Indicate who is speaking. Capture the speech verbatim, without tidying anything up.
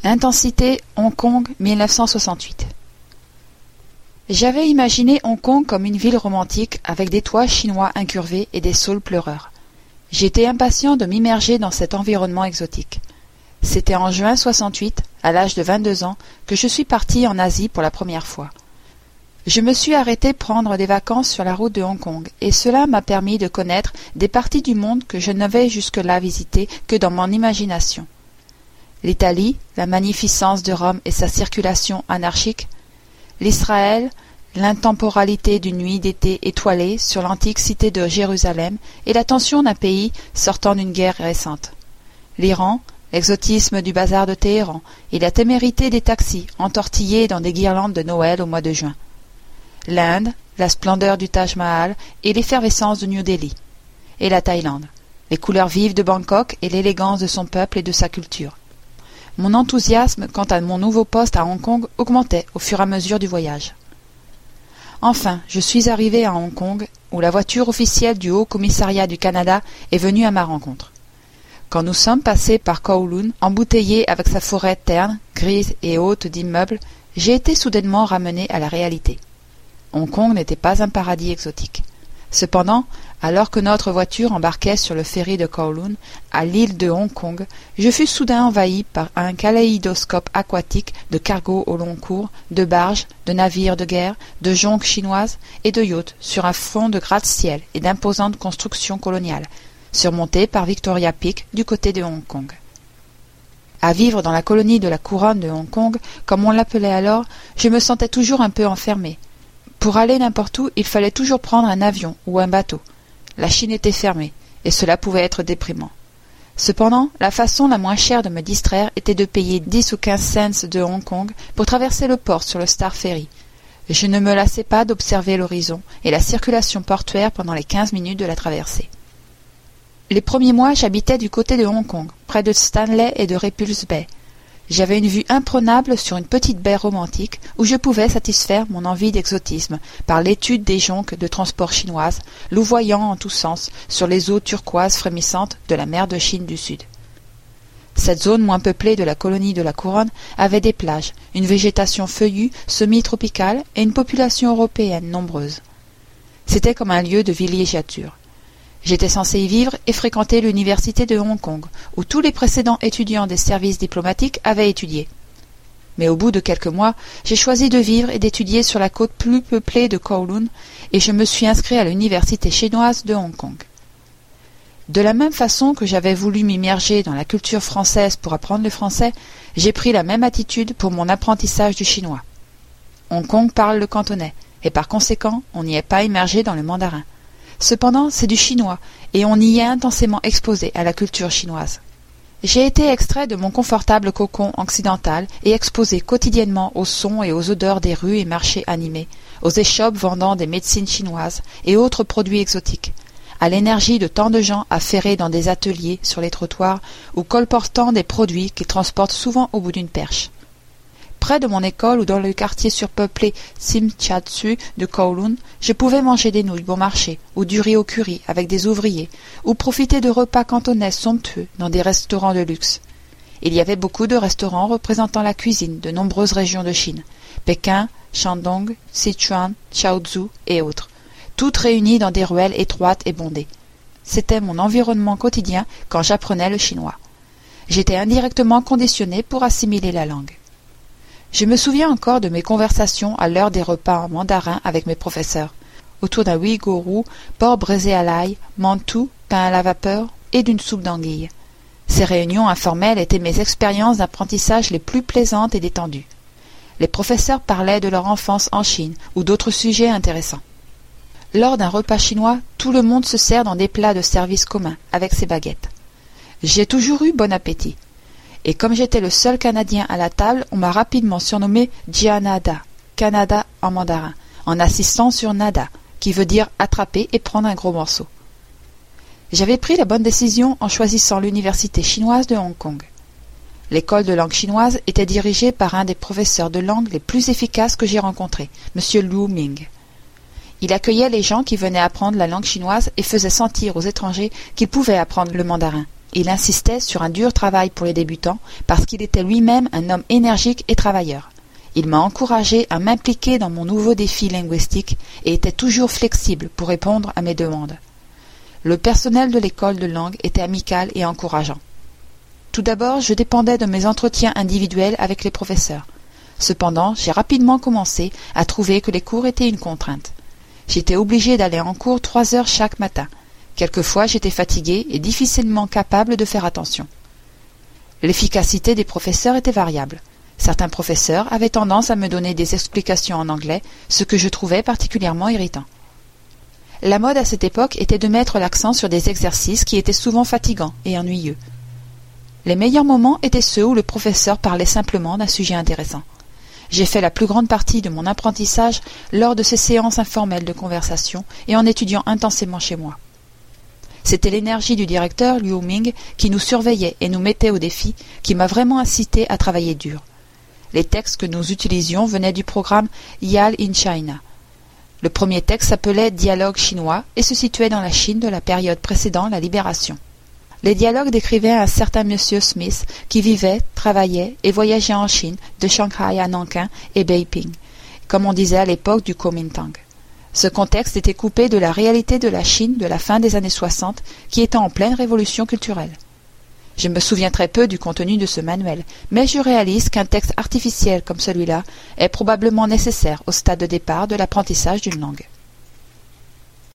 Speaker 1: Intensité Hong Kong mille neuf cent soixante-huit. J'avais imaginé Hong Kong comme une ville romantique avec des toits chinois incurvés et des saules pleureurs. J'étais impatient de m'immerger dans cet environnement exotique. C'était en juin soixante-huit, à l'âge de vingt-deux ans, que je suis parti en Asie pour la première fois. Je me suis arrêté prendre des vacances sur la route de Hong Kong, et cela m'a permis de connaître des parties du monde que je n'avais jusque-là visitées que dans mon imagination. L'Italie, la magnificence de Rome et sa circulation anarchique, l'Israël, l'intemporalité d'une nuit d'été étoilée sur l'antique cité de Jérusalem et la tension d'un pays sortant d'une guerre récente, l'Iran, l'exotisme du bazar de Téhéran et la témérité des taxis entortillés dans des guirlandes de Noël au mois de juin, l'Inde, la splendeur du Taj Mahal et l'effervescence de New Delhi, et la Thaïlande, les couleurs vives de Bangkok et l'élégance de son peuple et de sa culture. Mon enthousiasme quant à mon nouveau poste à Hong Kong augmentait au fur et à mesure du voyage. Enfin, je suis arrivé à Hong Kong, où la voiture officielle du Haut Commissariat du Canada est venue à ma rencontre. Quand nous sommes passés par Kowloon, embouteillé avec sa forêt terne, grise et haute d'immeubles, j'ai été soudainement ramené à la réalité. Hong Kong n'était pas un paradis exotique. Cependant, alors que notre voiture embarquait sur le ferry de Kowloon, à l'île de Hong Kong, je fus soudain envahi par un kaléidoscope aquatique de cargos au long cours, de barges, de navires de guerre, de jonques chinoises et de yachts sur un fond de gratte-ciel et d'imposantes constructions coloniales, surmontées par Victoria Peak du côté de Hong Kong. À vivre dans la colonie de la couronne de Hong Kong, comme on l'appelait alors, je me sentais toujours un peu enfermé. Pour aller n'importe où, il fallait toujours prendre un avion ou un bateau. La Chine était fermée, et cela pouvait être déprimant. Cependant, la façon la moins chère de me distraire était de payer dix ou quinze cents de Hong Kong pour traverser le port sur le Star Ferry. Je ne me lassais pas d'observer l'horizon et la circulation portuaire pendant les quinze minutes de la traversée. Les premiers mois, j'habitais du côté de Hong Kong, près de Stanley et de Repulse Bay. J'avais une vue imprenable sur une petite baie romantique où je pouvais satisfaire mon envie d'exotisme par l'étude des jonques de transport chinoises, louvoyant en tous sens sur les eaux turquoises frémissantes de la mer de Chine du Sud. Cette zone moins peuplée de la colonie de la Couronne avait des plages, une végétation feuillue, semi-tropicale et une population européenne nombreuse. C'était comme un lieu de villégiature. J'étais censé y vivre et fréquenter l'université de Hong Kong, où tous les précédents étudiants des services diplomatiques avaient étudié. Mais au bout de quelques mois, j'ai choisi de vivre et d'étudier sur la côte plus peuplée de Kowloon, et je me suis inscrit à l'université chinoise de Hong Kong. De la même façon que j'avais voulu m'immerger dans la culture française pour apprendre le français, j'ai pris la même attitude pour mon apprentissage du chinois. Hong Kong parle le cantonais, et par conséquent, on n'y est pas immergé dans le mandarin. Cependant, c'est du chinois, et on y est intensément exposé à la culture chinoise. J'ai été extrait de mon confortable cocon occidental et exposé quotidiennement aux sons et aux odeurs des rues et marchés animés, aux échoppes vendant des médecines chinoises et autres produits exotiques, à l'énergie de tant de gens affairés dans des ateliers sur les trottoirs ou colportant des produits qu'ils transportent souvent au bout d'une perche. Près de mon école ou dans le quartier surpeuplé Tsim Sha Tsui de Kowloon, je pouvais manger des nouilles bon marché ou du riz au curry avec des ouvriers ou profiter de repas cantonais somptueux dans des restaurants de luxe. Il y avait beaucoup de restaurants représentant la cuisine de nombreuses régions de Chine, Pékin, Shandong, Sichuan, Chaozhou et autres, toutes réunies dans des ruelles étroites et bondées. C'était mon environnement quotidien quand j'apprenais le chinois. J'étais indirectement conditionné pour assimiler la langue. Je me souviens encore de mes conversations à l'heure des repas en mandarin avec mes professeurs, autour d'un ouïghourou, porc braisé à l'ail, mantou, pain à la vapeur et d'une soupe d'anguille. Ces réunions informelles étaient mes expériences d'apprentissage les plus plaisantes et détendues. Les professeurs parlaient de leur enfance en Chine ou d'autres sujets intéressants. Lors d'un repas chinois, tout le monde se sert dans des plats de service commun, avec ses baguettes. J'ai toujours eu bon appétit. Et comme j'étais le seul Canadien à la table, on m'a rapidement surnommé Jianada, Canada en mandarin, en insistant sur nada, qui veut dire attraper et prendre un gros morceau. J'avais pris la bonne décision en choisissant l'université chinoise de Hong Kong. L'école de langue chinoise était dirigée par un des professeurs de langue les plus efficaces que j'ai rencontrés, M. Lu Ming. Il accueillait les gens qui venaient apprendre la langue chinoise et faisait sentir aux étrangers qu'ils pouvaient apprendre le mandarin, il insistait sur un dur travail pour les débutants parce qu'il était lui-même un homme énergique et travailleur. Il m'a encouragé à m'impliquer dans mon nouveau défi linguistique et était toujours flexible pour répondre à mes demandes. Le personnel de l'école de langue était amical et encourageant. Tout d'abord, je dépendais de mes entretiens individuels avec les professeurs. Cependant, j'ai rapidement commencé à trouver que les cours étaient une contrainte. J'étais obligé d'aller en cours trois heures chaque matin. Quelquefois, j'étais fatigué et difficilement capable de faire attention. L'efficacité des professeurs était variable. Certains professeurs avaient tendance à me donner des explications en anglais, ce que je trouvais particulièrement irritant. La mode à cette époque était de mettre l'accent sur des exercices qui étaient souvent fatigants et ennuyeux. Les meilleurs moments étaient ceux où le professeur parlait simplement d'un sujet intéressant. J'ai fait la plus grande partie de mon apprentissage lors de ces séances informelles de conversation et en étudiant intensément chez moi. C'était l'énergie du directeur Liu Ming qui nous surveillait et nous mettait au défi qui m'a vraiment incité à travailler dur. Les textes que nous utilisions venaient du programme Yale in China. Le premier texte s'appelait Dialogue chinois et se situait dans la Chine de la période précédant la libération. Les dialogues décrivaient un certain monsieur Smith qui vivait, travaillait et voyageait en Chine, de Shanghai à Nankin et Beiping, comme on disait à l'époque du Kuomintang. Ce contexte était coupé de la réalité de la Chine de la fin des années soixante, qui était en pleine révolution culturelle. Je me souviens très peu du contenu de ce manuel, mais je réalise qu'un texte artificiel comme celui-là est probablement nécessaire au stade de départ de l'apprentissage d'une langue.